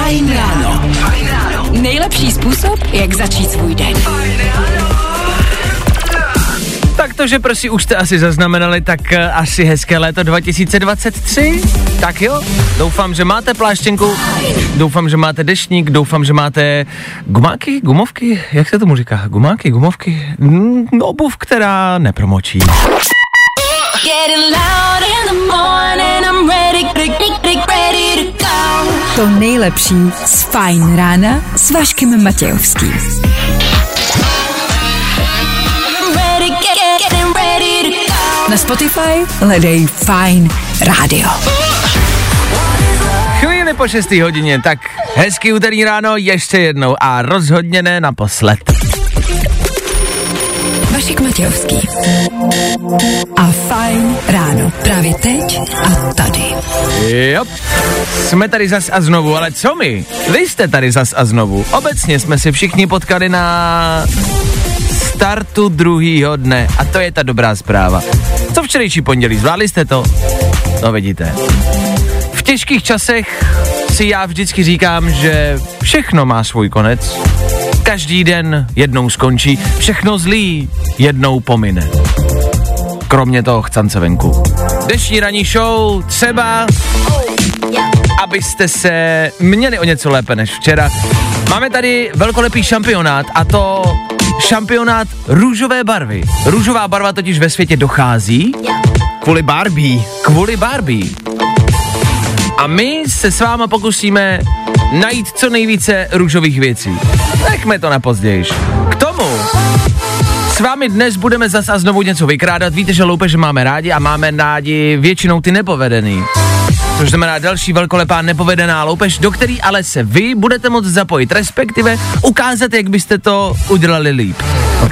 Fajn ráno. Nejlepší způsob, jak začít svůj den. Tak to, že prostě už jste asi zaznamenali, tak asi hezké léto 2023. Tak jo, doufám, že máte pláštěnku, doufám, že máte deštník, doufám, že máte gumáky, gumovky, jak se tomu říká? Gumáky, gumovky, obuv, která nepromočí. To nejlepší z Fajn rána s Vaškem Matějovským. Na Spotify hledej Fajn rádio. Chvíli po 6. hodině, tak hezký úterý ráno ještě jednou a rozhodně ne naposled. Vašek Matějovský a Fajn ráno. Právě teď a tady. Jo, jsme tady zas a znovu, ale co my? Vy jste tady zas a znovu. Obecně jsme si všichni potkali na startu druhýho dne a to je ta dobrá zpráva. Co včerejší pondělí, zvládli jste to? No vidíte. V těžkých časech si já vždycky říkám, že všechno má svůj konec. Každý den jednou skončí, všechno zlý jednou pomine. Kromě toho chcance venku. Dnešní ranní show třeba, abyste se měli o něco lépe než včera. Máme tady velkolepý šampionát a to šampionát růžové barvy. Růžová barva totiž ve světě dochází Kvůli Barbie. Kvůli Barbie. A my se s váma pokusíme najít co nejvíce růžových věcí. Nechme to na pozdějiš. K tomu s vámi dnes budeme zas a znovu něco vykrádat. Víte, že loupeže máme rádi a máme rádi většinou ty nepovedený. Což znamená další velkolepá nepovedená loupež, do který ale se vy budete moct zapojit, respektive ukázat, jak byste to udělali líp. OK?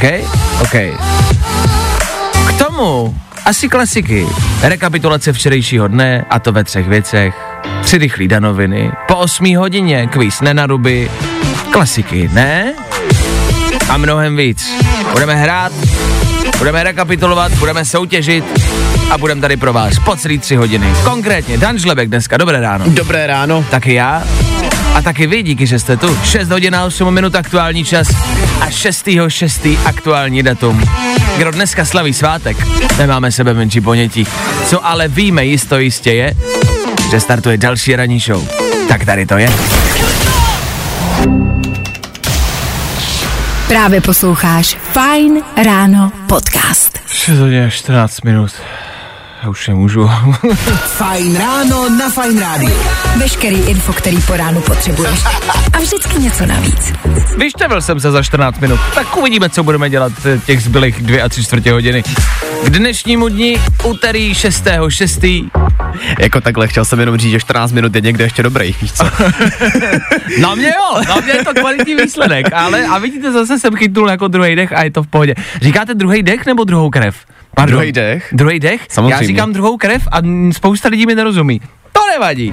K tomu asi klasiky. Rekapitulace včerejšího dne, a to ve 3 věcech. 3 rychlý danoviny. Po 8 hodině kvíz nenaruby. Klasiky, ne? A mnohem víc. Budeme hrát, budeme rekapitulovat, budeme soutěžit a budeme tady pro vás po celý 3 hodiny. Konkrétně Dan Žlebek dneska, dobré ráno. Dobré ráno. Taky já. A taky vy, díky, že jste tu. 6 hodin a 8 minut aktuální čas a 6.6. aktuální datum. Kdo dneska slaví svátek, nemáme sebe menší ponětí. Co ale víme jistě je, že startuje další ranní show. Tak tady to je. Právě posloucháš Fajn ráno podcast. 6 hodin a 14 minut. Já už nemůžu. Fajn ráno na Fajn rádiu. Veškerý info, který po ránu potřebuješ. A vždycky něco navíc. Vyštevil jsem se za 14 minut, tak uvidíme, co budeme dělat těch zbylých 2 3/4 hodiny. K dnešnímu dni, úterý 6.6. Jako takhle, chtěl jsem jenom říct, že 14 minut je někde ještě dobrý, víš co? Na mě je to kvalitní výsledek, ale a vidíte, zase jsem chytnul jako druhý dech a je to v pohodě. Říkáte druhý dech nebo druhou krev? Pardon. Druhý dech. Druhý dech? Samozřejmě. Já říkám druhou krev a spousta lidí mi nerozumí. To nevadí.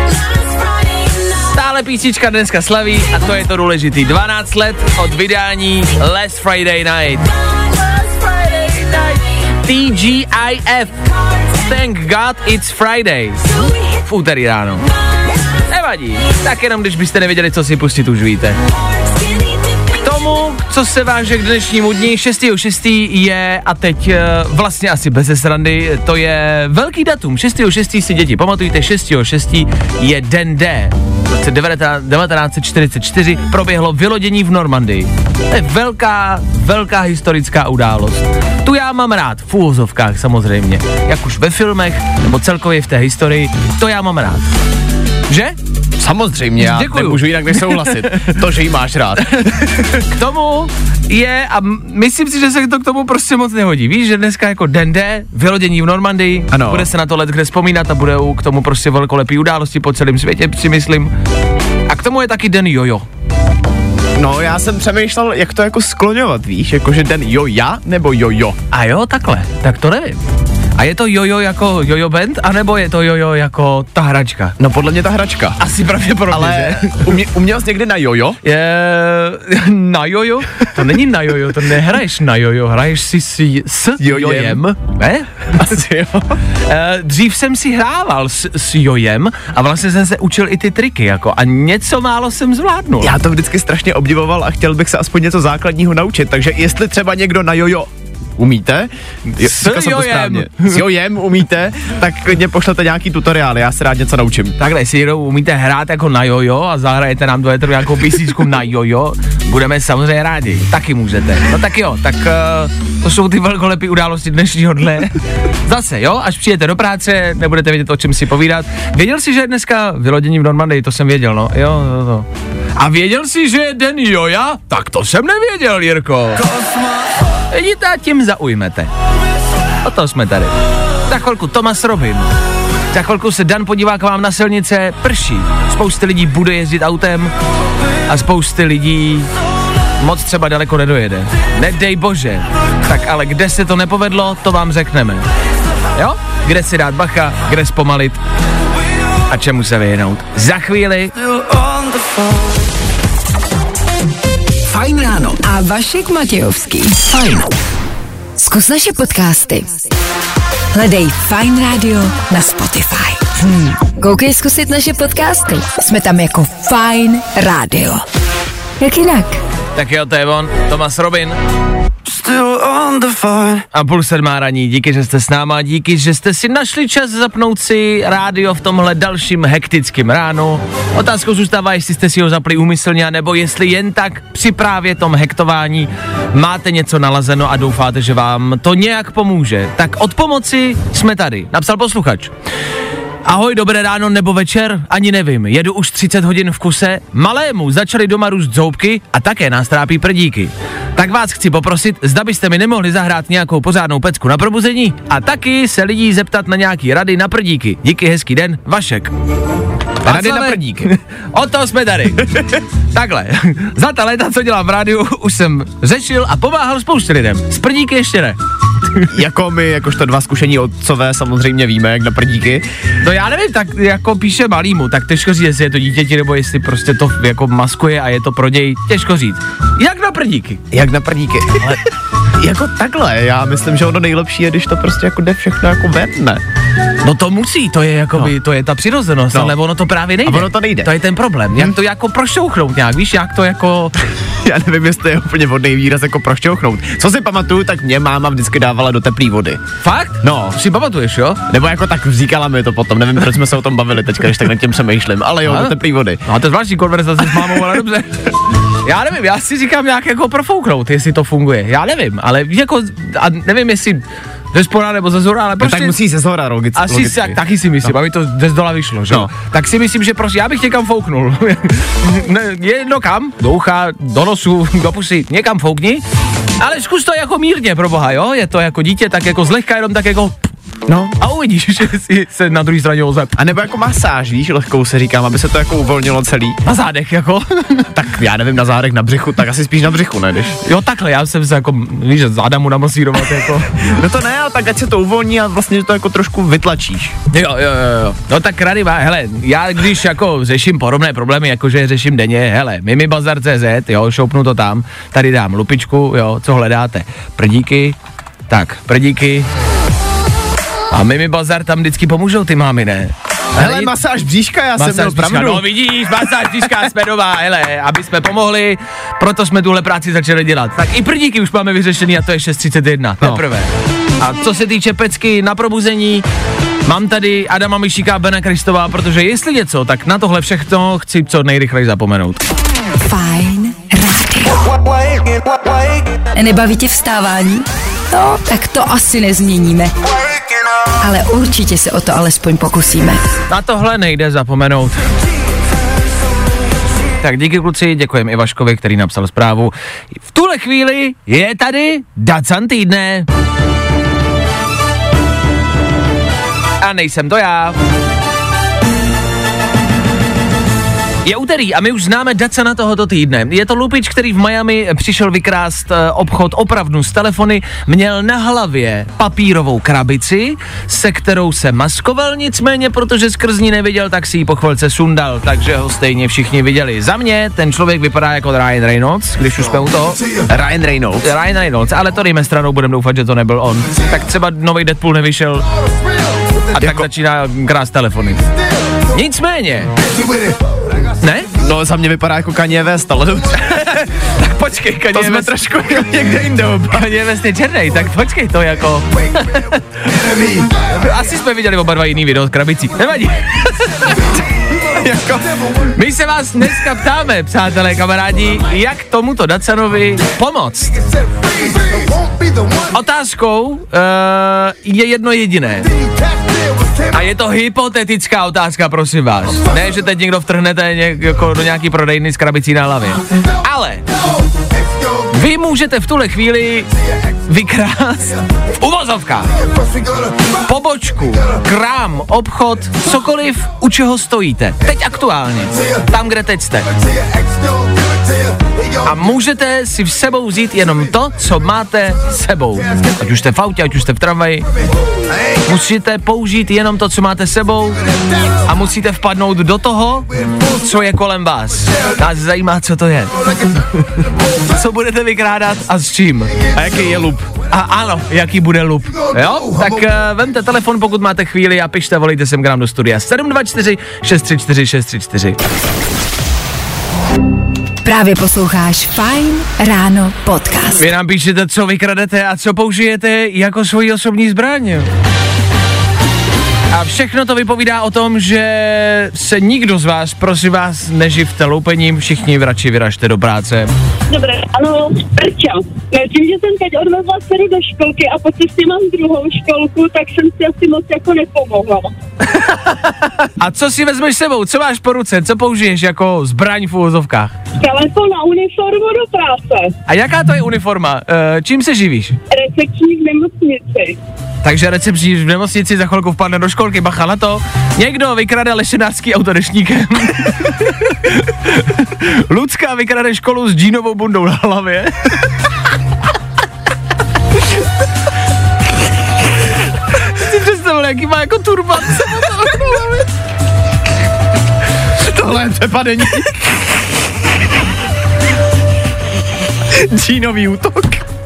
Stále písnička dneska slaví a to je to důležitý. 12 let od vydání Last Friday Night. TGIF. Thank God it's Friday. V úterý ráno. Nevadí. Tak jenom když byste nevěděli, co si pustit, už víte. K tomu, co se váže k dnešnímu dni, 6.6. je, a teď vlastně asi bez srandy, to je velký datum. 6.6. si děti pamatujte, 6.6. je den D. V roce 1944 proběhlo vylodění v Normandii. To je velká historická událost. Tu já mám rád, v úvozovkách samozřejmě. Jak už ve filmech, nebo celkově v té historii, to já mám rád. Že? Samozřejmě, já nemůžu jinak než souhlasit. To, že jí máš rád. K tomu je, a myslím si, že se to k tomu prostě moc nehodí. Víš, že dneska jako den D, vylodění v Normandii, ano. Bude se na to let kde vzpomínat a bude k tomu prostě velkolepý události po celém světě, si myslím. A k tomu je taky den jojo. No, já jsem přemýšlel, jak to jako skloňovat, víš, jakože den joja nebo jojo. A jo, takhle, tak to nevím. A je to jojo jako jojo band, anebo je to jojo jako ta hračka? No podle mě ta hračka. Asi pravděpodobně, ale že? Uměl jsi někdy na jojo? Na jojo? To není na jojo, to nehraješ na jojo, hraješ si s jojem. Ne? Asi jo. Dřív jsem si hrával s jojem a vlastně jsem se učil i ty triky, jako, a něco málo jsem zvládnul. Já to vždycky strašně obdivoval a chtěl bych se aspoň něco základního naučit, takže jestli třeba někdo na jojo umíte? S jojem. S jojem umíte, tak klidně pošlete nějaký tutoriál, já se rád něco naučím. Takhle, jestli umíte hrát jako na jojo a zahrajete nám do éteru nějakou písničku na jojo, budeme samozřejmě rádi. Taky můžete. No tak jo, tak to jsou ty velkolepé události dnešního dne. Zase, jo, až přijete do práce, nebudete vědět, o čem si povídat. Věděl jsi, že je dneska vylodění v Normandii, to jsem věděl, no. Jo. A věděl jsi, že je den joja? Tak to jsem nevěděl, Jirko. Vidíte, a tím zaujmete. O to jsme tady. Za chvilku Thomas Robin. Za chvilku se Dan podívá k vám na silnice, prší. Spousty lidí bude jezdit autem a spousty lidí moc třeba daleko nedojede. Nedej bože. Tak ale kde se to nepovedlo, to vám řekneme. Jo? Kde si dát bacha, kde zpomalit a čemu se vyhnout. Za chvíli. Fajn ráno. A Vašek Matějovský. Fajn. Zkus naše podcasty. Hledej Fajn Radio na Spotify. Koukej zkusit naše podcasty. Jsme tam jako Fajn Radio. Jak jinak? Tak jo, to je on, Thomas Robin. A 6:30 raní, díky, že jste s náma, díky, že jste si našli čas zapnout si rádio v tomhle dalším hektickém ránu. Otázkou zůstává, jestli jste si ho zapli úmyslně, nebo jestli jen tak při právě tom hektování máte něco nalazeno a doufáte, že vám to nějak pomůže. Tak od pomoci jsme tady, napsal posluchač. Ahoj, dobré ráno nebo večer, ani nevím, jedu už 30 hodin v kuse, malému začaly doma růst zoubky a také nás trápí prdíky. Tak vás chci poprosit, zda byste mi nemohli zahrát nějakou pořádnou pecku na probuzení a taky se lidí zeptat na nějaký rady na prdíky. Díky, hezký den, Vašek. Rady na prdíky. O to jsme tady. Takhle, za ta léta, co dělám v rádiu, už jsem řešil a pomáhal spoustě lidem. S prdíky ještě ne. Jako my, jakožto dva zkušení otcové, samozřejmě víme, jak na prdíky. No já nevím, tak jako píše malýmu, tak těžko říct, jestli je to dítěti, nebo jestli prostě to jako maskuje a je to pro něj, těžko říct. Jak na prdíky? Jak na prdíky, ale jako takhle, já myslím, že ono nejlepší je, když to prostě jako jde všechno jako ven, ne? No to musí, to je jakoby, to je ta přirozenost, ale ono to právě nejde. A ono to nejde. To je ten problém, jak to jako prošťouchnout nějak, víš, jak to jako... Já nevím, jestli je úplně vhodný výraz jako prošťouchnout. Co si pamatuju, tak mě máma vždycky dávala do teplý vody. Fakt? No. Si pamatuješ, jo? Nebo jako tak říkala mi to potom, nevím, proč jsme se o tom bavili teďka, když tak nad tím přemýšlím, ale jo, do teplý vody. No a to je zvláštní konverzace s mámou, ale dobře. Já nevím, já si říkám nějak jako profouknout, jestli to funguje. Já nevím, ale jako, a nevím, jestli ze spora nebo ze zhora, ale prostě... No tak musí ze zhora, logicky. Asi taky si myslím, aby to ze zdola vyšlo, že? No. Tak si myslím, že prostě já bych někam fouknul. Jedno kam, do ucha, do nosu, do pusy, někam foukni, ale zkus to jako mírně, pro boha, jo? Je to jako dítě, tak jako zlehka, jenom tak jako... No a uvidíš, že si se na druhé straně ozep. A nebo jako masáž, víš, lehkou se říkám, aby se to jako uvolnilo celý. Na zádech jako? Tak já nevím, na zádech, na břichu, tak asi spíš na břichu, ne? Jo, takhle, já jsem se jako, víš, záda mu namasírovat jako. No to ne, ale tak ať se to uvolní a vlastně to jako trošku vytlačíš. Jo. No tak rady má, hele, já když jako řeším podobné problémy, jakože řeším denně, hele, mimibazar.cz, jo, šoupnu to tam, tady dám lupičku, jo, co hledáte? Prdíky, tak, prdíky. A Mimibazar tam vždycky pomůžou ty mámy, ne? Hele, masáž bříška, já jsem měl pravdu. No vidíš, masáž bříška Smedová, hele, aby jsme pomohli, proto jsme tuhle práci začali dělat. Tak i prdíky už máme vyřešený a to je 6:31, teprve. A co se týče pecky na probuzení, mám tady Adama Mišíka a Bena Kristová, protože jestli něco, tak na tohle všechno chci co nejrychleji zapomenout. Fajn rádio. Nebaví tě vstávání? No, tak to asi nezměníme. Ale určitě se o to alespoň pokusíme. Na tohle nejde zapomenout. Tak díky kluci, děkujeme i Vaškovi, který napsal zprávu. V tuhle chvíli je tady Dacan týdne. A nejsem to já. Je úterý a my už známe Dacana tohoto týdne. Je to lupič, který v Miami přišel vykrást obchod opravdu z telefony, měl na hlavě papírovou krabici, se kterou se maskoval, nicméně, protože skrz ní neviděl, tak si ji po chvilce sundal, takže ho stejně všichni viděli. Za mě ten člověk vypadá jako Ryan Reynolds, když už jsme u toho. Ryan Reynolds, ale to dejme stranou, budeme doufat, že to nebyl on. Tak třeba nový Deadpool nevyšel a tak začíná krást telefony. Nicméně. Ne? No, za mě vypadá jako Kanye West, ale dobře. Tak počkej, Kanye to jsme West trošku někde jinde. Kanye West je černej, tak počkej to jako. Asi jsme viděli oba dva jiný video s krabicí. Nevadí. My se vás dneska ptáme, přátelé, kamarádi, jak tomuto Dacanovi pomoct. Otázkou je jedno jediné. A je to hypotetická otázka, prosím vás. Ne, že teď někdo vtrhnete jako do nějaký prodejny s krabicí na hlavě. Ale vy můžete v tuhle chvíli vykrást v uvozovkách pobočku, krám, obchod, cokoliv, u čeho stojíte. Teď aktuálně, tam, kde teď jste. A můžete si v sebou vzít jenom to, co máte sebou. Ať už jste v autě, ať už jste v tramvaji. Musíte použít jenom to, co máte sebou a musíte vpadnout do toho, co je kolem vás. Nás zajímá, co to je. Co budete vykrádat a s čím. A jaký je lup. A ano, jaký bude lup. Jo? Tak vemte telefon, pokud máte chvíli a pište, volejte sem k nám do studia. 724 634 634. Právě posloucháš Fajn ráno podcast. Vy nám píšete, co vykradete a co použijete jako svoji osobní zbraň. A všechno to vypovídá o tom, že se nikdo z vás, prosím vás, neživte loupením, všichni radši vyražte do práce. Dobré, ano, Perča. Tím, že jsem teď odvezla dceru do školky a po cestě mám druhou školku, tak jsem si asi moc jako nepomohla. A co si vezmeš sebou? Co máš po ruce? Co použiješ jako zbraň v uvozovkách? Telefon a uniformu do práce. A jaká to je uniforma? Čím se živíš? Recepční v nemocnici. Takže recepční v nemocnici za chvilku vpadne do školky, bacha na to. Někdo vykrade lešenářský auto deštníkem. Lucka vykrade školu s džínovou bundou na hlavě. Si představil, jaký má jako turbance. Tohle je přepadení. Džínový útok.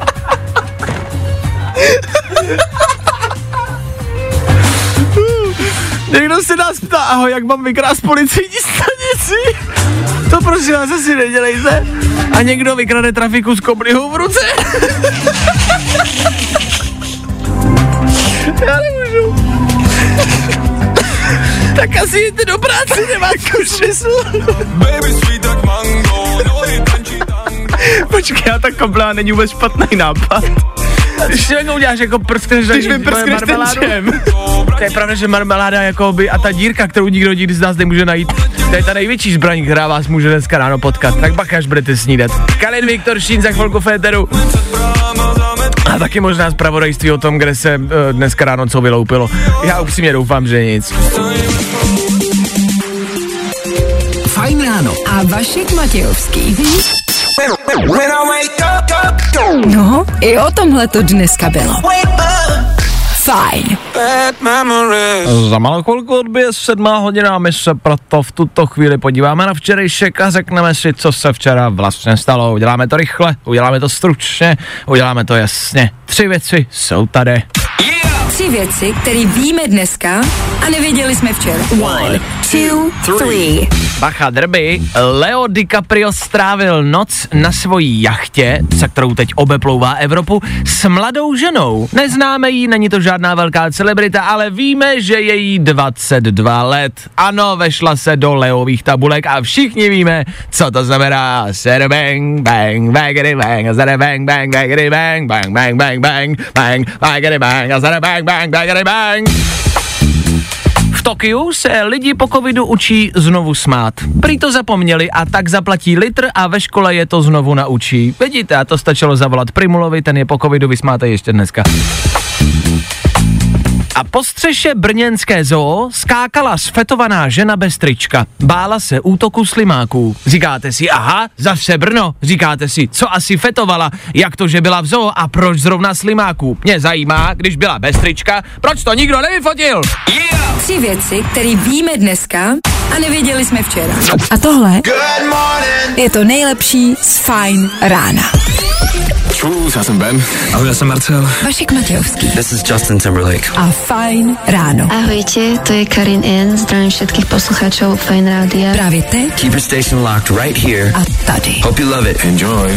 Někdo se nás ptá, ahoj, jak mám vykrást policejní stanici? To prosím vás asi nedělejte. A někdo vykrade trafiku s koblihou v ruce. Já nemůžu. Tak asi jděte do práce, nemáš smysl. Počkej, já tak koblá není vůbec špatný nápad. Když si jako uděláš jako prskneš, když vyprskneš ten džem. To je pravda, že marmeláda jakoby a ta dírka, kterou nikdo nikdy z nás nemůže najít, to je ta největší zbraň, která vás může dneska ráno potkat. Tak bacha, až budete snídat. Kalin Viktor Šín za chvilku féteru. A taky možná zpravodajství o tom, kde se dneska ráno co vyloupilo. Já upřímně doufám, že nic. Fajn ráno. A Vašek Matějovský. No, i o tomhle to dneska bylo. Fajn. Za malou chvilku odbije 7 hodina a my se proto v tuto chvíli podíváme na včerejšek a řekneme si, co se včera vlastně stalo. Uděláme to rychle, uděláme to stručně, uděláme to jasně. 3 věci jsou tady. 3 věci, které víme dneska a nevěděli jsme včera. 1, 2, 3. Bacha, drby. Leo DiCaprio strávil noc na svojí jachtě, za kterou teď obeplouvá Evropu, s mladou ženou. Neznáme jí, není to žádná velká celebrita, ale víme, že je jí 22 let. Ano, vešla se do Leových tabulek a všichni víme, co to znamená. Sere bang, bang, bagity bang, sere bang, bang, bagity bang, bang, bang, bang, bang, bang, bagity bang, sere bang, bang, bagity bang. V Tokiu se lidi po covidu učí znovu smát. Prý to zapomněli a tak zaplatí litr a ve škole je to znovu naučí. Vidíte, a to stačilo zavolat Primulovi, ten je po covidu vysmátej ještě dneska. A po střeše brněnské zoo skákala sfetovaná žena bez trička. Bála se útoku slimáků. Říkáte si, aha, zase Brno. Říkáte si, co asi fetovala, jak to, že byla v zoo a proč zrovna slimáků. Mě zajímá, když byla bez trička, proč to nikdo nevyfotil? Yeah! 3 věci, které víme dneska a nevěděli jsme včera. A tohle je to nejlepší z Fajn rána. Já jsem Ben. Ahoj, já jsem Marcel. Vašek Matějovský. This is Justin Timberlake. A Fajn ráno. Ahojte, to je Karin N. Zdravím všetkých poslucháčov Fajn rádia. Právě teď. Keep your station locked right here. A tady. Hope you love it. Enjoy.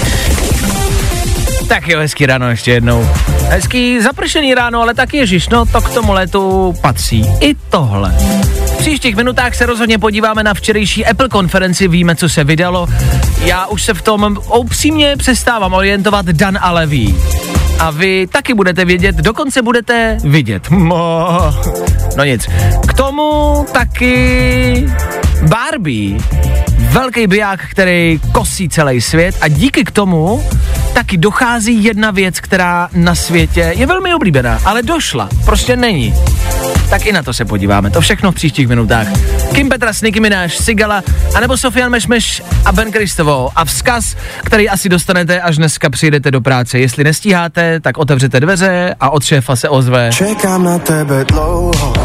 Tak jo, hezký ráno ještě jednou. Hezký zapršený ráno, ale tak ježiš, no to k tomu letu patří i tohle. V příštích minutách se rozhodně podíváme na včerejší Apple konferenci, víme, co se vydalo. Já už se v tom upřímně přestávám orientovat, Dan ale ví. A vy taky budete vědět, dokonce budete vidět. No nic. K tomu taky Barbie. Velký biják, který kosí celý svět a díky k tomu taky dochází jedna věc, která na světě je velmi oblíbená, ale došla, prostě není. Tak i na to se podíváme, to všechno v příštích minutách. Kim Petras, Nicki Minaj, Sigala, anebo Sofian Mešmeš a Ben Kristovo. A vzkaz, který asi dostanete, až dneska přijdete do práce. Jestli nestíháte, tak otevřete dveře a od šéfa se ozve. Čekám na tebe dlouho.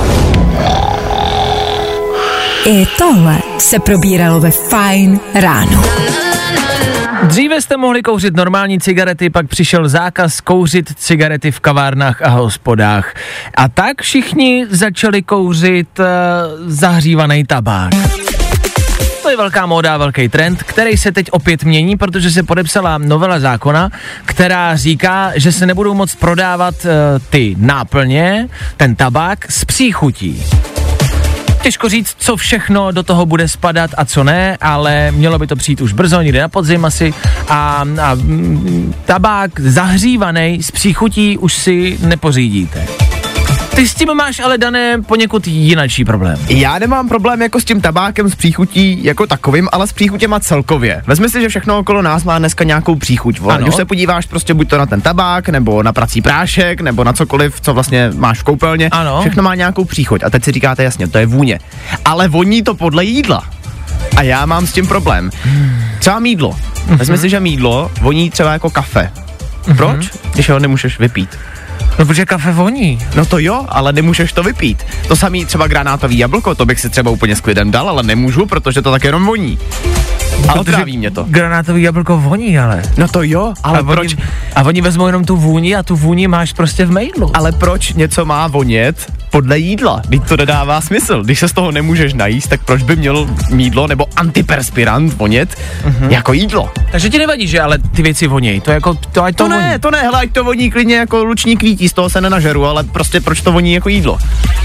I tohle se probíralo ve Fajn ráno. Dříve jste mohli kouřit normální cigarety, pak přišel zákaz kouřit cigarety v kavárnách a hospodách. A tak všichni začali kouřit zahřívaný tabák. To je velká móda, velký trend, který se teď opět mění, protože se podepsala novela zákona, která říká, že se nebudou moct prodávat ty náplně, ten tabák s příchutí. Těžko říct, co všechno do toho bude spadat a co ne, ale mělo by to přijít už brzo, někde na podzim asi a tabák zahřívaný s příchutí už si nepořídíte. Ty s tím máš ale, Dané, poněkud jinačí problém. Já nemám problém jako s tím tabákem s příchutí jako takovým, ale s příchutěma celkově. Vezmi si, že všechno okolo nás má dneska nějakou příchuť. Když se podíváš prostě buď to na ten tabák, nebo na prací prášek, nebo na cokoliv, co vlastně máš v koupelně, všechno má nějakou příchuť. A teď si říkáte, jasně, to je vůně. Ale voní to podle jídla. A já mám s tím problém. Třeba mýdlo. Vezmi si, že mýdlo voní třeba jako kafe. Proč? Když ho nemůžeš vypít. No, protože kafe voní. No to jo, ale nemůžeš to vypít. To samý třeba granátový jablko, to bych si třeba úplně s klidem dal, ale nemůžu, protože to tak jenom voní. A otráví mě to. Granátový jablko voní, ale. No to jo, ale proč? A oni vezmou jenom tu vůni a tu vůni máš prostě v mejdlu. Ale proč něco má vonět podle jídla? Když to nedává smysl. Když se z toho nemůžeš najíst, tak proč by měl mýdlo nebo antiperspirant vonět jako jídlo? Takže ti nevadí, že ale ty věci vonějí. To jako to ať to voní. To ne, hele, ať to voní klidně jako luční kvítí, z toho se nenažeru, ale prostě proč to voní jako jídlo?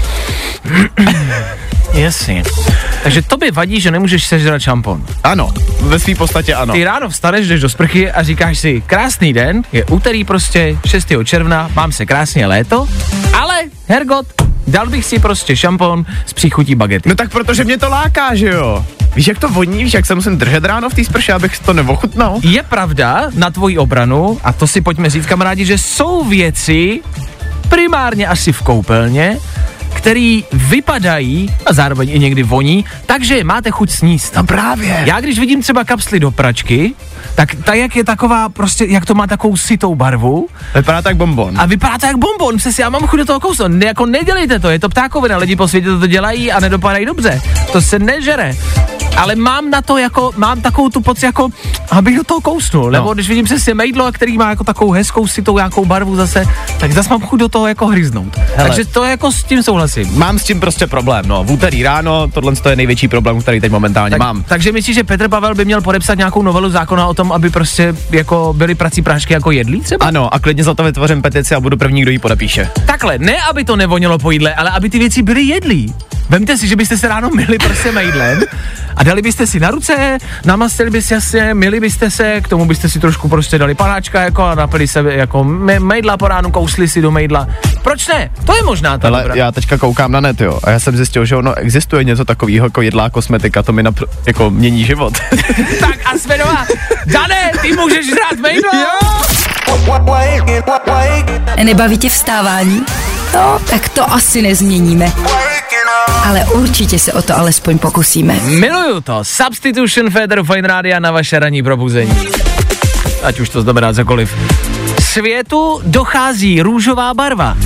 Jasně. Takže tobě vadí, že nemůžeš sežrat šampon. Ano, ve své podstatě ano. Ty ráno vstaneš, jdeš do sprchy a říkáš si, krásný den, je úterý prostě, 6. června, mám se krásně léto, ale hergot, dal bych si prostě šampon s příchutí bagety. No tak protože mě to láká, že jo? Víš, jak to voní, víš, jak se musím držet ráno v té sprše, abych to neochutnal? Je pravda, na tvoji obranu, a to si pojďme říct, kamarádi, že jsou věci, primárně asi v koupelně, který vypadají a zároveň i někdy voní, takže máte chuť sníst. No právě. Já když vidím třeba kapsly do pračky, tak ta jak je taková prostě, jak to má takovou sytou barvu. Vypadá to jak bonbon. A vypadá to jak bonbon, přesně, já mám chuť do toho kousnout. Jako nedělejte to, je to ptákovina, lidi po světě to dělají a nedopadají dobře. To se nežere. Ale mám na to jako, mám takovou tu pocit jako, abych do toho kousnul, nebo když vidím přesně mejdlo, který má jako takovou hezkou sytou nějakou barvu zase, tak zase mám chuť do toho jako hryznout. Hele. Takže to jako s tím souhlasím. Mám s tím prostě problém, v úterý ráno, tohle je největší problém, který teď momentálně mám. Takže myslíš, že Petr Pavel by měl podepsat nějakou novelu zákona o tom, aby prostě jako byly prací prášky jako jedlí třeba? Ano, a klidně za to vytvořím petici a budu první, kdo ji podepíše. Takhle, ne aby to nevonilo po jídle, ale aby ty věci byly jedlí. Vemte si, že byste se ráno myli prostě mejdlem a dali byste si na ruce, namastili byste se, myli byste se, k tomu byste si trošku prostě dali panáčka jako a napili se jako mejdla po ránu, kousli si do mejdla. Proč ne? To je možná ta dobra. Já teďka koukám na net, jo, a já jsem zjistil, že ono existuje něco takového jako jedlá kosmetika, to mi jako mění život. Tak a Svenova, Dané, ty můžeš žrát mejdlo? Jo! Nebaví tě vstávání? No, tak to asi nezměníme. Ale určitě se o to alespoň pokusíme. Miluju to. Substitution Féteru Fine Rádia na vaše ranní probuzení. Ať už to znamená cokoliv. Světu dochází růžová barva.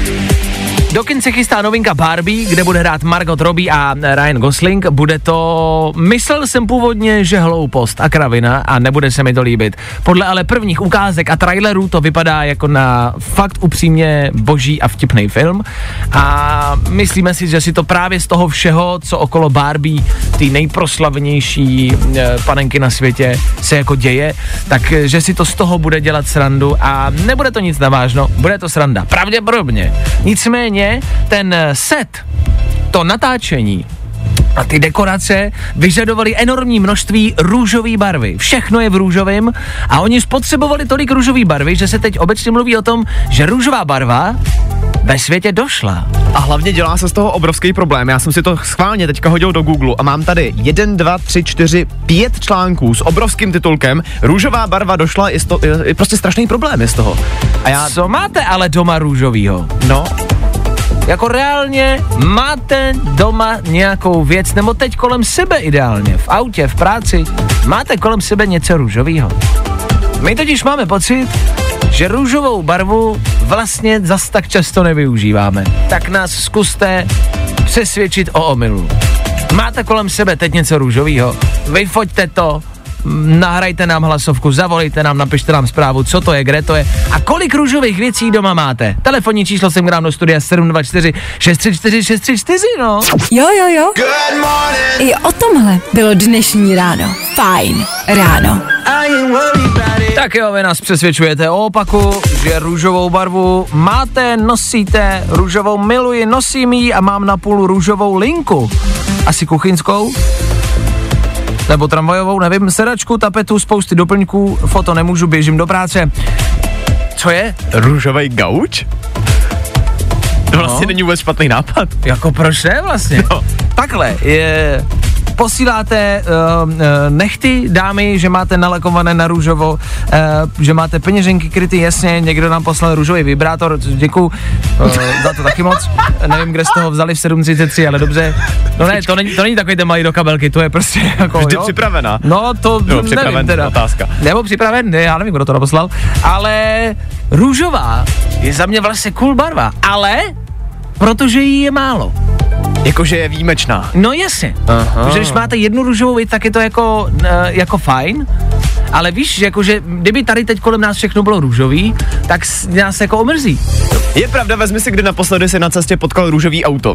Do kin se chystá novinka Barbie, kde bude hrát Margot Robbie a Ryan Gosling. Bude to, myslel jsem původně, že hloupost a kravina a nebude se mi to líbit. Podle ale prvních ukázek a trailerů to vypadá jako na fakt upřímně boží a vtipný film. A myslíme si, že si to právě z toho všeho, co okolo Barbie, ty nejproslavnější panenky na světě, se jako děje, takže si to z toho bude dělat srandu a nebude to nic navážno, bude to sranda. Pravděpodobně. Nicméně ten set, to natáčení a ty dekorace vyžadovaly enormní množství růžové barvy. Všechno je v růžovém a oni spotřebovali tolik růžové barvy, že se teď obecně mluví o tom, že růžová barva ve světě došla. A hlavně dělá se z toho obrovský problém. Já jsem si to schválně teďka hodil do Google a mám tady 1, 2, 3, 4, 5 článků s obrovským titulkem. Růžová barva došla, je prostě strašný problém je z toho. A já... Co máte ale doma růžovýho? No... Jako reálně máte doma nějakou věc, nebo teď kolem sebe ideálně, v autě, v práci, máte kolem sebe něco růžového. My totiž máme pocit, že růžovou barvu vlastně zas tak často nevyužíváme. Tak nás zkuste přesvědčit o omylu. Máte kolem sebe teď něco růžového, vyfoťte to, nahrajte nám hlasovku, zavolejte nám, napište nám zprávu, co to je, kde to je a kolik růžových věcí doma máte. Telefonní číslo jsem grám do studia 724 634 634, no. Jo. I o tomhle bylo dnešní ráno. Fajn ráno. Tak jo, vy nás přesvědčujete o opaku, že růžovou barvu máte, nosíte, růžovou miluji, nosím ji a mám na půl růžovou linku. Asi kuchyňskou? Nebo tramvajovou, nevím, sedačku, tapetu, spousty doplňků, foto nemůžu, běžím do práce. Co je? Růžovej gauč? To vlastně není vůbec špatný nápad. Jako proč ne vlastně? No. Takhle, posíláte nechty, dámy, že máte nalakované na růžovo, že máte peněženky kryty, jasně, někdo nám poslal růžový vibrátor, děkuju za to taky moc, nevím, kde z toho vzali v 7:33, ale dobře. No ne, to není takový ten malý do kabelky, to je prostě jako, vždy připravena. No to nevím teda. Otázka. Nebo připraven, ne, já nevím, kdo to naposlal, ale růžová je za mě vlastně cool barva, ale protože jí je málo. Jakože je výjimečná. No jasně, protože když máte jednu růžovou věc, tak je to jako fajn, ale víš, že jakože kdyby tady teď kolem nás všechno bylo růžový, tak nás jako omrzí. Je pravda, vezmi si, kdy naposledy si na cestě potkal růžový auto.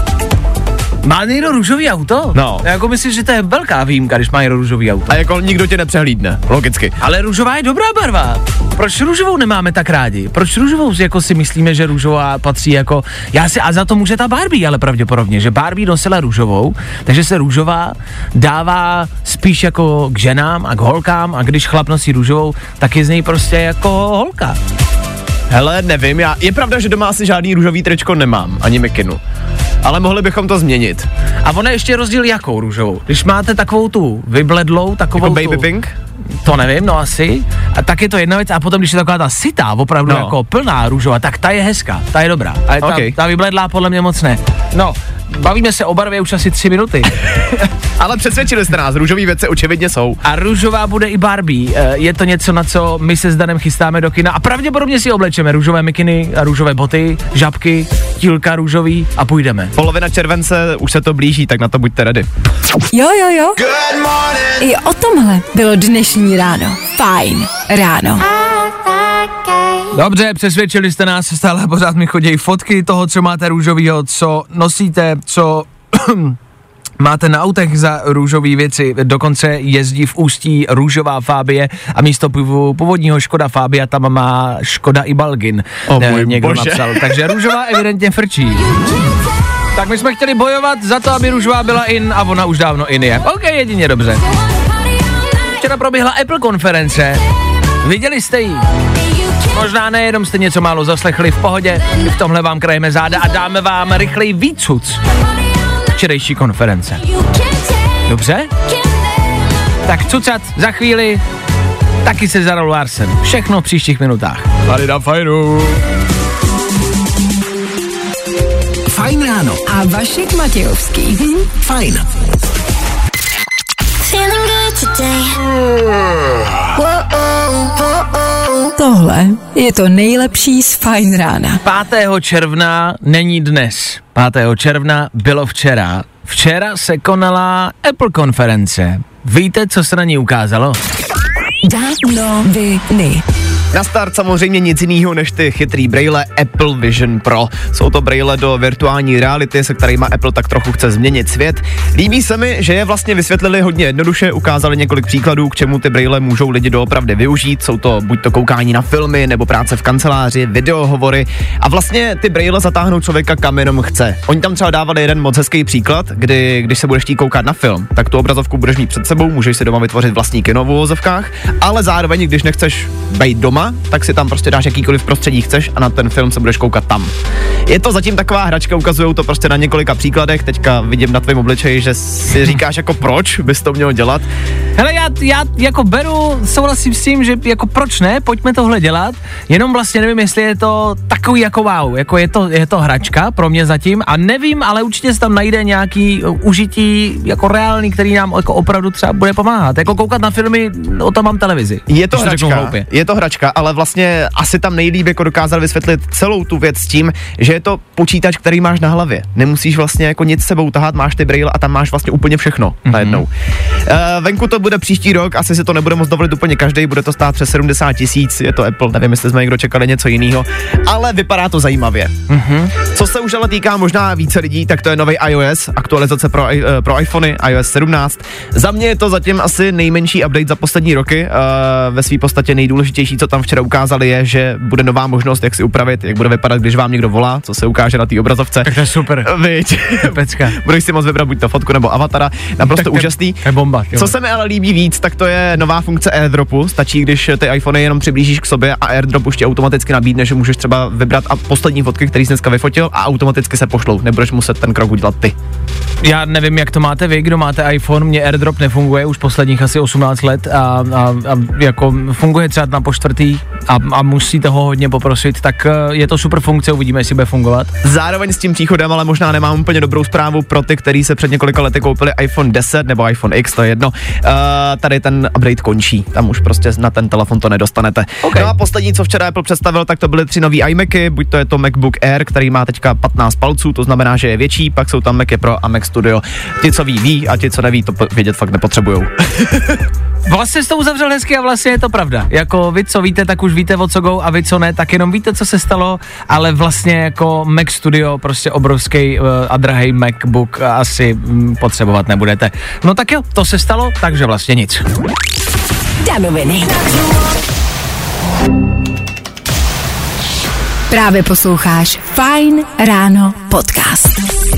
Má někdo růžový auto? No. Já jako myslím, že to je velká výjimka, když má někdo růžový auto. A jako nikdo tě nepřehlídne, logicky. Ale růžová je dobrá barva. Proč růžovou nemáme tak rádi? Proč růžovou jako si myslíme, že růžová patří jako... A za to může ta Barbie, ale pravděpodobně, že Barbie nosila růžovou, takže se růžová dává spíš jako k ženám a k holkám a když chlap nosí růžovou, tak je z něj prostě jako holka. Hele, nevím, je pravda, že doma asi žádný růžový tričko nemám, ani mikinu. Ale mohli bychom to změnit. A ono ještě rozdíl jakou růžovou? Když máte takovou tu vybledlou, takovou jako baby pink? To nevím, no asi. A tak je to jedna věc a potom, když je taková ta sytá, opravdu jako plná růžová, tak ta je hezká, ta je dobrá. Ale ta vybledlá podle mě moc ne. No, bavíme se o barvě už asi 3 minuty. Ale přesvědčili jste nás, růžový věci očividně jsou. A růžová bude i Barbie. Je to něco, na co my se s Danem chystáme do kina a pravděpodobně si oblečeme růžové mikiny a růžové boty, žabky, tílka růžový a půjdeme. Polovina července už se to blíží, tak na to buďte ready. Jo. I o tomhle bylo dnešní ráno. Fajn ráno. Dobře, přesvědčili jste nás, stále pořád mi chodí fotky toho, co máte růžovýho, co nosíte, co máte na autech za růžové věci, dokonce jezdí v Ústí růžová Fabie a místo původního Škoda Fabia tam má Škoda i Balgin. Někdo napsal, takže růžová evidentně frčí. Tak my jsme chtěli bojovat za to, aby růžová byla in a ona už dávno in je. OK, jedině dobře. Včera proběhla Apple konference. Viděli jste ji? Možná ne, jenom jste něco málo zaslechli, v pohodě. V tomhle vám krajeme záda a dáme vám rychlej výcuc včerejší konference. Dobře? Tak cucat za chvíli. taky se Zarou Larsen. Všechno v příštích minutách. Tady na Fajnu. Fajn ráno. A Vašek Matějovský. Fajn. Tohle je to nejlepší z Fajn rána. 5. června není dnes. 5. června bylo včera. Včera se konala Apple konference. Víte, co se na ní ukázalo? Dávnoviny. Na start samozřejmě nic jiného než ty chytrý brejle Apple Vision Pro. Jsou to brejle do virtuální reality, se kterýma Apple tak trochu chce změnit svět. Líbí se mi, že je vlastně vysvětlili hodně jednoduše, ukázali několik příkladů, k čemu ty brejle můžou lidi doopravdy využít. Jsou to buď to koukání na filmy, nebo práce v kanceláři, videohovory a vlastně ty brejle zatáhnou člověka kam jenom chce. Oni tam třeba dávali jeden moc hezký příklad, když se budeš chtít koukat na film, tak tu obrazovku budeš mít před sebou, můžeš si doma vytvořit vlastní kino v uvozovkách, ale zároveň, když nechceš být doma, tak si tam prostě dáš jakýkoliv prostředí chceš a na ten film se budeš koukat tam. Je to zatím taková hračka, ukazujou to prostě na několika příkladech, teďka vidím na tvém obličeji, že si říkáš jako proč bys to měl dělat. Hele, já jako souhlasím s tím, že jako proč ne, pojďme tohle dělat, jenom vlastně nevím, jestli je to takový jako wow, jako je to hračka pro mě zatím a nevím, ale určitě se tam najde nějaký užití jako reálný, který nám jako opravdu třeba bude pomáhat, jako koukat na filmy, o tom mám televizi. Je to hračka, ale vlastně asi tam nejlíp jako dokázal vysvětlit celou tu věc s tím, že je to počítač, který máš na hlavě. Nemusíš vlastně jako nic sebou tahat, máš ty brejle a tam máš vlastně úplně všechno najednou. Venku to bude příští rok, asi si to nebude moc dovolit úplně každý, bude to stát přes 70 000, je to Apple, nevím, jestli jsme někdo čekali něco jiného, ale vypadá to zajímavě. Co se už ale týká možná více lidí, tak to je nový iOS, aktualizace pro iPhony, iOS 17. Za mě je to zatím asi nejmenší update za poslední roky, ve své podstatě nejdůležitější, co tam včera ukázali, je, že bude nová možnost, jak si upravit, jak bude vypadat, když vám někdo volá, co se ukáže na té obrazovce. Tak to je super. Viď? Pecka. Budeš si moc vybrat buď to fotku nebo avatara, naprosto úžasný. Je bomba. Co se mi ale líbí víc, tak to je nová funkce AirDropu. Stačí, když ty iPhony jenom přiblížíš k sobě a AirDrop už tě automaticky nabídne, že můžeš třeba vybrat a poslední fotky, který jsi dneska vyfotil a automaticky se pošlou. Nebudeš muset ten krok udělat ty. Já nevím, jak to máte vy, kdo máte iPhone, mně AirDrop nefunguje už posledních asi 18 let a jako funguje třeba na po4. a musíte ho hodně poprosit, tak je to super funkce, uvidíme, jestli bude fungovat. Zároveň s tím příchodem, ale možná nemám úplně dobrou zprávu pro ty, kteří se před několika lety koupili iPhone 10 nebo iPhone X, to je jedno. Tady ten update končí, tam už prostě na ten telefon to nedostanete. Okay. No a poslední, co včera Apple představil, tak to byly 3 nový iMacy, buď to je to MacBook Air, který má teďka 15 palců, to znamená, že je větší, pak jsou tam Macy Pro a Mac Studio. Ti, co ví a ti, co neví, to vědět fakt nepotřebujou. Vlastně jsi to uzavřel hezky a vlastně je to pravda. Jako vy, co víte, tak už víte, o co go, a vy, co ne, tak jenom víte, co se stalo, ale vlastně jako Mac Studio, prostě obrovský a drahý MacBook asi potřebovat nebudete. No tak jo, to se stalo, takže vlastně nic. Danoviny. Právě posloucháš Fajn ráno podcast.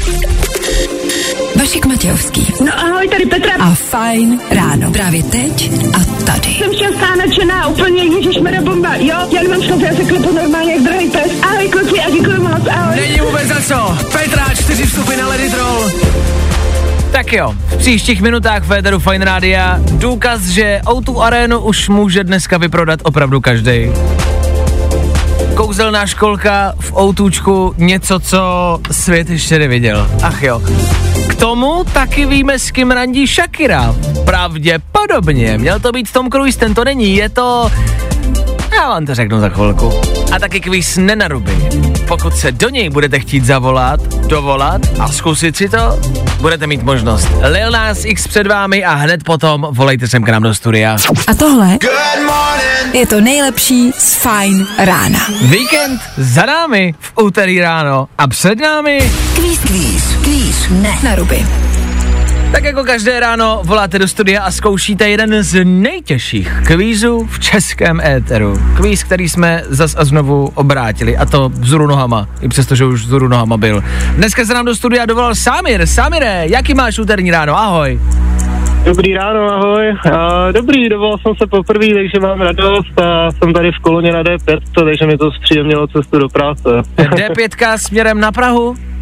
Vašek Matějovský. No ahoj, tady Petra. A Fajn ráno. Právě teď a tady. Jsem šťastná, nadšená, úplně ježišmarja bomba, jo? Já nemám škodu, já se klepu normálně jak drahý pes. Ahoj kluci a děkuji moc, ahoj. Není vůbec za co. Petra, 4 vstupy na Let It Roll. Tak jo, v příštích minutách v éteru Fajn rádia důkaz, že O2 Arenu už může dneska vyprodat opravdu každej. Kouzelná školka v O2čku, něco, co svět ještě neviděl. Ach jo. K tomu taky víme, s kým randí Shakira. Pravděpodobně. Měl to být Tom Cruise, ten to není, je to... Já vám to řeknu za chvilku. A taky kvíz Nenaruby. Pokud se do něj budete chtít dovolat a zkusit si to, budete mít možnost. Lil Nas X před vámi a hned potom volejte sem k nám do studia. A tohle je to nejlepší z Fajn rána. Víkend za námi v úterý ráno a před námi Kvíz. Nenaruby. Tak jako každé ráno voláte do studia a zkoušíte jeden z nejtěžších kvízů v českém éteru. Kvíz, který jsme zas a znovu obrátili, a to vzhůru nohama, i přestože už vzhůru nohama byl. Dneska se nám do studia dovolal Samir. Samire, jaký máš úterní ráno? Ahoj. Dobrý ráno, ahoj. Dobrý, dovolal jsem se poprvé, takže mám radost a jsem tady v koloně na D5, takže mi to zpříjemnilo cestu do práce. D5 směrem na Prahu?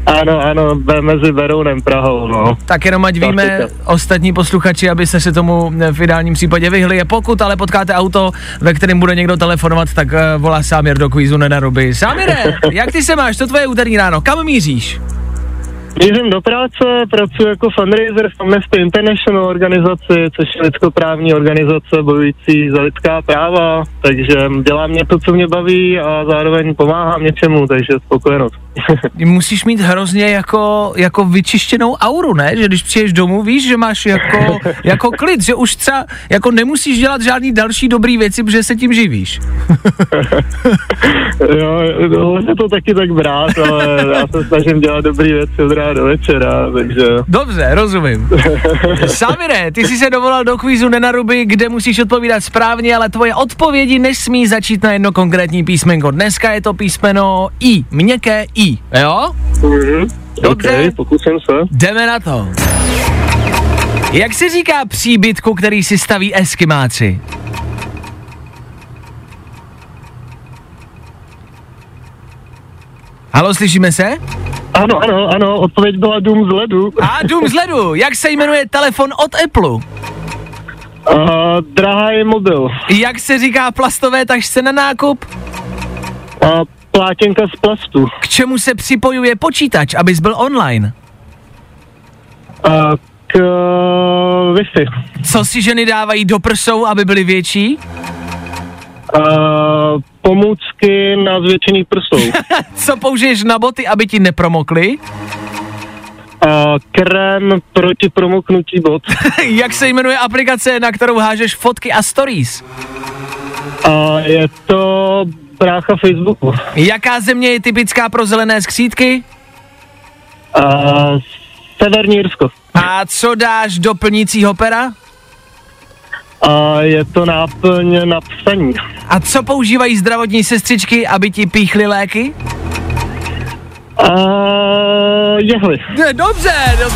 Ano, mezi Berounem Prahou, no. Tak jenom ať víme, ostatní posluchači, aby se tomu v ideálním případě vyhli. Pokud ale potkáte auto, ve kterém bude někdo telefonovat, tak volá Sámir do kvízu Nenaruby. Sámire, jak ty se máš? To tvoje úterní ráno. Kam míříš? Mířím do práce, pracuji jako fundraiser v Amnesty International organizaci, což je lidskoprávní organizace bojující za lidská práva, takže dělám něco, co mě baví a zároveň pomáhám něčemu, takže spokojenost. Musíš mít hrozně jako vyčištěnou auru, ne? Že když přijdeš domů, víš, že máš jako klid, že už třeba jako nemusíš dělat žádný další dobrý věci, protože se tím živíš. Jo, může to taky tak brát, ale já se snažím dělat dobrý věci od rána do večera, takže... Dobře, rozumím. Samire, ty jsi se dovolal do kvízu Nenaruby, kde musíš odpovídat správně, ale tvoje odpovědi nesmí začít na jedno konkrétní písmenko. Dneska je to písmeno I, měkké I. Jo? Dobře, okay, pokusím se. Jdeme na to. Jak se říká příbytku, který si staví Eskimáci? Haló, slyšíme se? Ano, odpověď byla dům z ledu. A dům z ledu, jak se jmenuje telefon od Apple? Drahý mobil. Jak se říká plastové tašce na nákup? Plátěnka z plastu. K čemu se připojuje počítač, abys byl online? K Wi-Fi. Co si ženy dávají do prsou, aby byly větší? Pomůcky na zvětšený prsou. Co použiješ na boty, aby ti nepromokly? Krém proti promoknutí bot. Jak se jmenuje aplikace, na kterou hážeš fotky a stories? Je to brácha Facebooku. Jaká země je typická pro zelené skřítky? Severní Irsko. A co dáš do plnícího pera? Je to náplň na psaní. A co používají zdravotní sestřičky, aby ti píchly léky? Jehly. Dobře.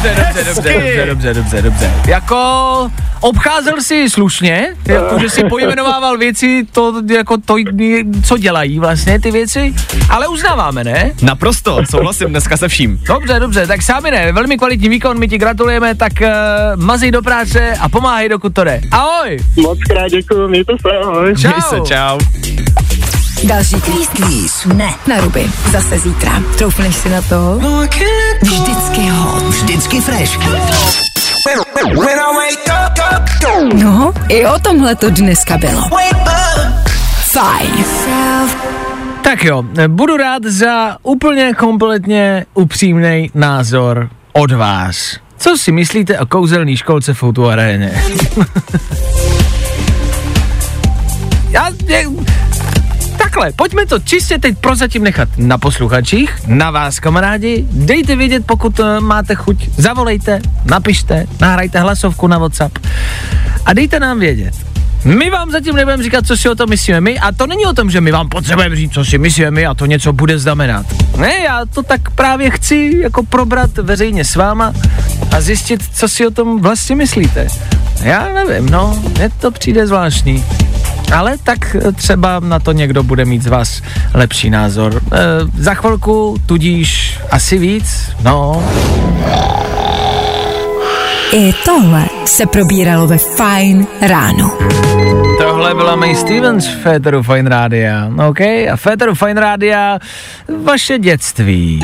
Jako obcházel si slušně, jako že si pojmenovával věci, co dělají vlastně ty věci, ale uznáváme, ne? Naprosto, souhlasím dneska se vším. Dobře, tak Sámine, velmi kvalitní výkon, my ti gratulujeme, tak mazej do práce a pomáhej, dokud to jde. Ahoj! Moc krát děkuju, mějte se, ahoj. Čau. Další kvíz. Ne, na Ruby. Zase zítra. Troufneš si na to? Vždycky hot. Vždycky fresh. No, i o tomhle to dneska bylo. Fajn. Tak jo, budu rád za úplně kompletně upřímnej názor od vás. Co si myslíte o kouzelný školce v O2 aréně? Takhle, pojďme to čistě teď prozatím nechat na posluchačích, na vás kamarádi, dejte vědět, pokud máte chuť, zavolejte, napište, nahrajte hlasovku na WhatsApp a dejte nám vědět. My vám zatím nebudeme říkat, co si o tom myslíme my, a to není o tom, že my vám potřebujeme říct, co si myslíme my a to něco bude znamenat. Ne, já to tak právě chci jako probrat veřejně s váma a zjistit, co si o tom vlastně myslíte. Já nevím, no, mně to přijde zvláštní. Ale tak třeba na to někdo bude mít z vás lepší názor. Za chvilku, tudíž asi víc, no. I tohle se probíralo ve Fajn ráno. Tohle byla May Stevens v Féteru Fajn rádia, OK? A v Féteru Fajn rádia vaše dětství.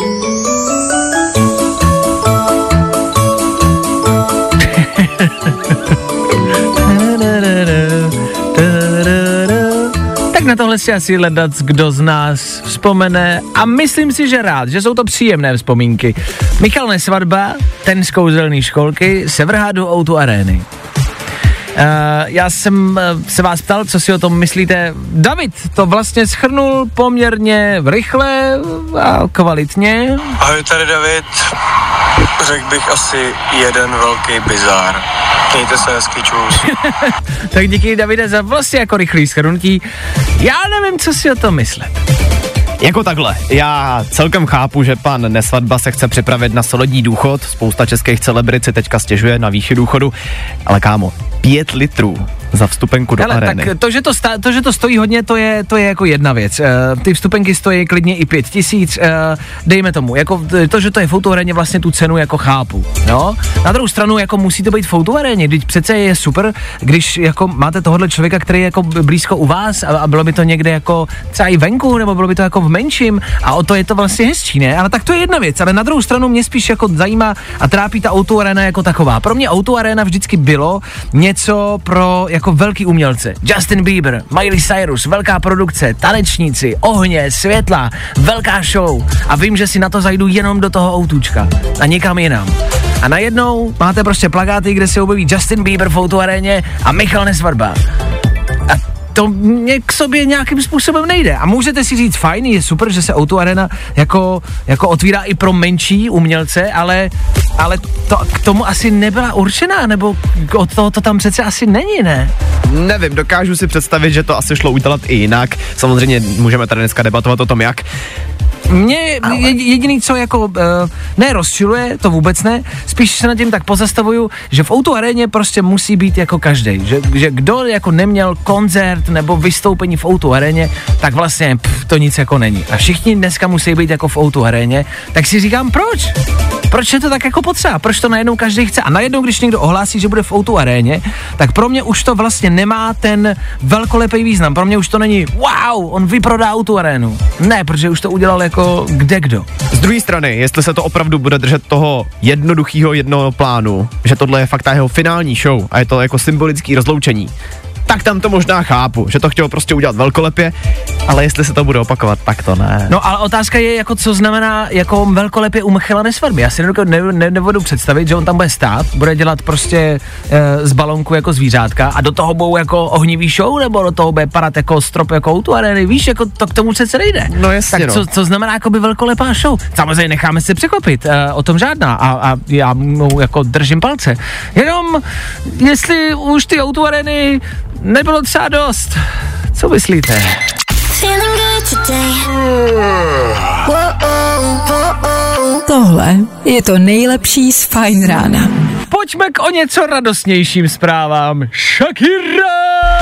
Tak na tohle si asi hledat, kdo z nás vzpomene a myslím si, že rád, že jsou to příjemné vzpomínky. Michal Nesvadba, ten z kouzelný školky, se vrhá do O2 arény. Já jsem se vás ptal, co si o tom myslíte. David to vlastně shrnul poměrně rychle a kvalitně. Ahoj, tady David. Řekl bych asi jeden velký bizár. Mějte se hezky, čus. Tak díky, Davide, za vlastně jako rychlý shrnutí. Já nevím, co si o tom myslet. Jako takhle, já celkem chápu, že pan Nesvadba se chce připravit na solidní důchod, spousta českých celebrit si teďka stěžuje na výši důchodu, ale kámo, 5 litrů za vstupenku do arény. Tak to, že to stojí hodně, to je jako jedna věc. Ty vstupenky stojí klidně i 5 000, dejme tomu, jako to, že to je v autoaréně, vlastně tu cenu jako chápu, no. Na druhou stranu, jako musí to být v autoaréně, když přece je super, když jako máte tohohle člověka, který je jako blízko u vás a bylo by to někde jako třeba i venku, nebo bylo by to jako v menším a o to je to vlastně hezčí, ne? Ale tak to je jedna věc, ale na druhou stranu mě spíš jako zajímá a trápí ta autoaréna jako taková. Pro mě autoaréna vždycky bylo něco pro jako velký umělce. Justin Bieber, Miley Cyrus, velká produkce, tanečníci, ohně, světla, velká show a vím, že si na to zajdu jenom do toho autůčka a nikam jinam. A najednou máte prostě plakáty, kde se objeví Justin Bieber v autoaréně a Michal Nesvadba. A to mě k sobě nějakým způsobem nejde. A můžete si říct, fajn, je super, že se autoarena jako otvírá i pro menší umělce, ale to k tomu asi nebyla určená, nebo od toho to tam přece asi není, ne? Nevím, dokážu si představit, že to asi šlo udělat i jinak. Samozřejmě můžeme tady dneska debatovat o tom, jak. Mě jediný, co jako ne rozčiluje, to vůbec ne, spíš se nad tím tak pozastavuju, že v autoaréně prostě musí být jako každej, že kdo jako neměl koncert nebo vystoupení v autoaréně, tak vlastně to nic jako není. A všichni dneska musí být jako v autoaréně, tak si říkám, proč? Proč je to tak jako potřeba? Proč to najednou každý chce? A najednou, když někdo ohlásí, že bude v autoaréně, tak pro mě už to vlastně nemá ten velkolepý význam. Pro mě už to není wow, on vyprodá autoarénu. Ne, protože už to udělal jako kdekdo. Z druhé strany, jestli se to opravdu bude držet toho jednoduchého jednoho plánu, že tohle je fakt ta jeho finální show a je to jako symbolický rozloučení, tak tam to možná chápu, že to chtělo prostě udělat velkolepě, ale jestli se to bude opakovat, tak to ne. No ale otázka je, jako co znamená jako velkolepě u Michala Nesvadby. Já si nebudu představit, že on tam bude stát, bude dělat prostě z balonku jako zvířátka a do toho budou jako ohnivý show, nebo do toho bude padat jako strop jako autoarény, víš, jako to k tomu přece nejde. No jasně, tak co znamená jako by velkolepá show? Samozřejmě necháme se překvapit, o tom žádná a já mu jako držím palce. Jenom, jestli už ty autoarény nebylo třeba dost. Co myslíte? Tohle je to nejlepší z Fajn rána. Pojďme k o něco radostnějším zprávám. Shakira!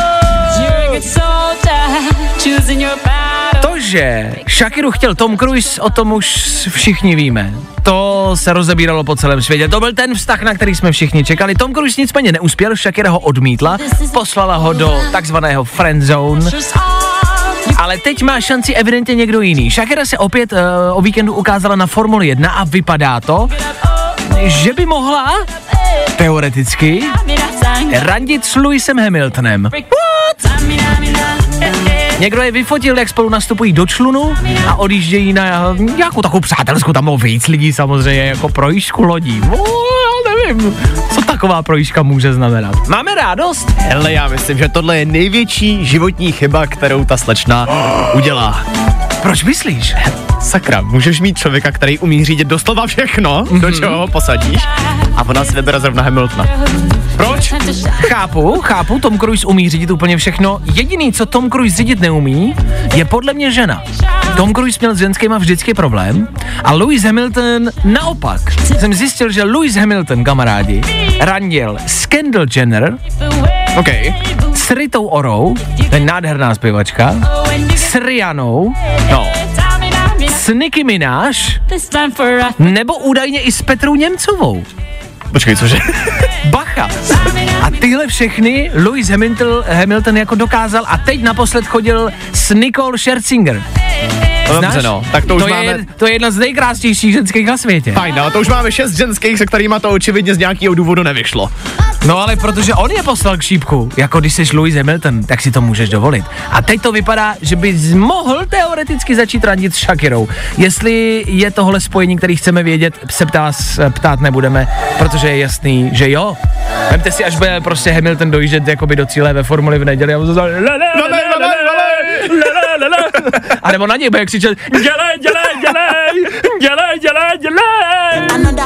To, že Shakiru chtěl Tom Cruise, o tom už všichni víme. To se rozebíralo po celém světě. To byl ten vztah, na který jsme všichni čekali. Tom Cruise nicméně neuspěl, Shakira ho odmítla, poslala ho do takzvaného friend zone. Ale teď má šanci evidentně někdo jiný. Shakira se opět o víkendu ukázala na Formuli 1 a vypadá to, že by mohla teoreticky randit s Lewisem Hamiltonem. Někdo je vyfotil, jak spolu nastupují do člunu a odjíždějí na nějakou takovou přátelskou, tam bylo víc lidí samozřejmě, jako projížďku lodí. Já nevím, co taková projížďka může znamenat. Máme radost? Hele, já myslím, že tohle je největší životní chyba, kterou ta slečna udělá. Proč myslíš? Sakra, můžeš mít člověka, který umí řídit doslova všechno, do čeho ho posadíš, a ona si vybere zrovna Hamiltona. Proč? Chápu, Tom Cruise umí řídit úplně všechno. Jediný, co Tom Cruise řídit neumí, je podle mě žena. Tom Cruise měl s ženskýma vždycky problém a Lewis Hamilton naopak. Jsem zjistil, že Lewis Hamilton, kamarádi, randil s Kendall Jenner, s Ritou Orou, to je nádherná zpěvačka, s Rihannou, s Nicki Minaj, nebo údajně i s Petrou Němcovou. Počkej, cože? Bacha. A tyhle všechny Lewis Hamilton jako dokázal a teď naposled chodil s Nicole Scherzinger. Dobře, no, tak to už máme... To je jedna z nejkrásnějších ženských na světě. Fajn, ale to už máme 6 ženských, se kterýma to očividně z nějakého důvodu nevyšlo. No ale protože on je poslal k šípku, jako když jsi Lewis Hamilton, tak si to můžeš dovolit. A teď to vypadá, že bys mohl teoreticky začít randit s Shakirou. Jestli je tohle spojení, který chceme vědět, se ptát nebudeme, protože je jasný, že jo. Vemte si, až bude prostě Hamilton dojíždět jakoby do cíle ve Formuli v neděli a a nebo na něj bude křičet dělej.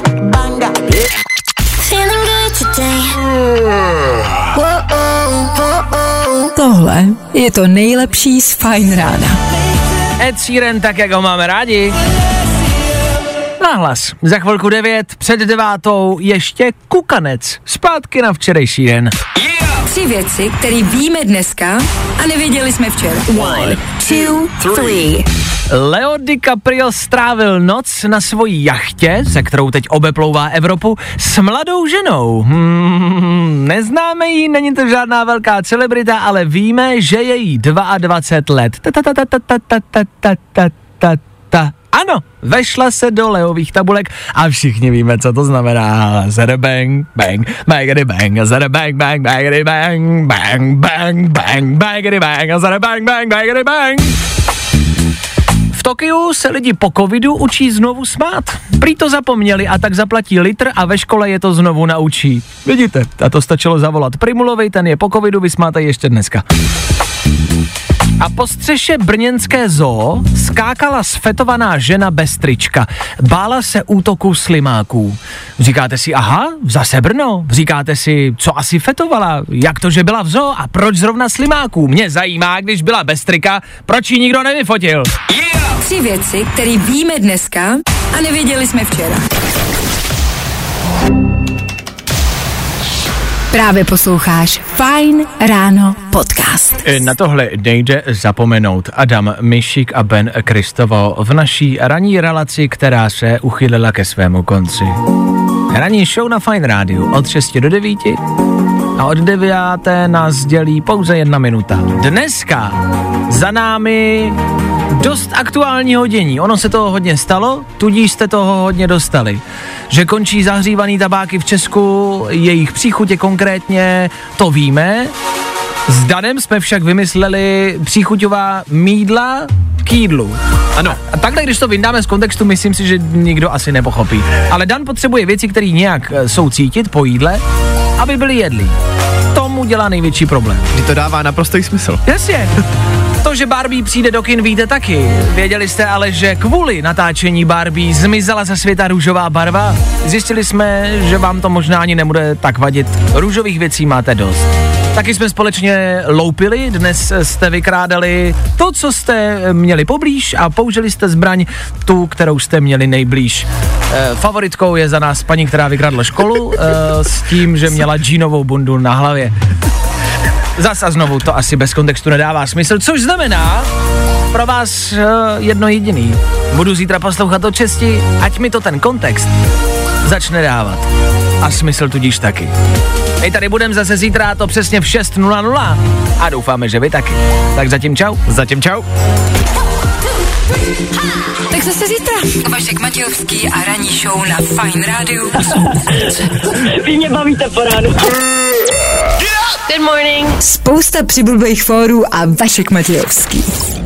Tohle je to nejlepší z Fajn rána. Ed Sheeran, tak jak ho máme rádi. Nahlas. Za chvilku 9, před 9 ještě Kukanec. Zpátky na včerejší den. Yeah! 3 věci, které víme dneska a nevěděli jsme včera. 1, 2, 3. Leo DiCaprio strávil noc na svojí jachtě, se kterou teď obeplouvá Evropu, s mladou ženou. Neznáme ji, není to žádná velká celebrita, ale víme, že je jí 22 let. Ano, vešla se do Leových tabulek a všichni víme, co to znamená. Zada bang, bang, bagady bang, zada bang, bang, bagady bang, bang, bang, bang, bagady bang, zada bang, bang, bagady bang. V Tokiu se lidi po covidu učí znovu smát. Prý to zapomněli a tak zaplatí litr a ve škole je to znovu naučí. Vidíte, a to stačilo zavolat Primulovi, ten je po covidu, vysmátej ještě dneska. A po střeše brněnské zoo skákala sfetovaná žena bez trička. Bála se útoku slimáků. Říkáte si, aha, zase Brno. Říkáte si, co asi fetovala? Jak to, že byla v zoo a proč zrovna slimáků? Mě zajímá, když byla bez trika, proč ji nikdo nevyfotil? Yeah! 3 věci, které víme dneska a nevěděli jsme včera. Právě posloucháš Fajn ráno podcast. Na tohle nejde zapomenout. Adam Mišík a Ben Kristovo v naší ranní relaci, která se uchylila ke svému konci. Ranní show na Fajn rádiu od 6 do 9 a od 9 nás dělí pouze 1 minuta. Dneska za námi dost aktuálního dění. Ono se toho hodně stalo, tudíž jste toho hodně dostali. Že končí zahřívaný tabáky v Česku, jejich příchutě konkrétně, to víme. S Danem jsme však vymysleli příchuťová mýdla k jídlu. Ano. A takhle, když to vyndáme z kontextu, myslím si, že nikdo asi nepochopí. Ale Dan potřebuje věci, které nějak jsou cítit po jídle, aby byly jedlí. Tomu dělá největší problém. Že to dává naprostý smysl. Jasně. To, že Barbie přijde do kin, víte taky. Věděli jste ale, že kvůli natáčení Barbie zmizela ze světa růžová barva? Zjistili jsme, že vám to možná ani nebude tak vadit. Růžových věcí máte dost. Taky jsme společně loupili, dnes jste vykrádali to, co jste měli poblíž a použili jste zbraň, tu, kterou jste měli nejblíž. Favoritkou je za nás paní, která vykradla školu s tím, že měla džínovou bundu na hlavě. Zas a znovu to asi bez kontextu nedává smysl, což znamená pro vás jedno jediný. Budu zítra poslouchat od 6, ať mi to ten kontext začne dávat. A smysl tudíž taky. My tady budeme zase zítra, to přesně v 6:00 a doufáme, že vy taky. Tak zatím čau. Zatím čau. Tak zase zítra. Vašek Matějovský a ranní show na Fajn rádiu. Vy mě bavíte po ránu. Good morning. Spousta přibulbých fórů a Vašek Matějovský.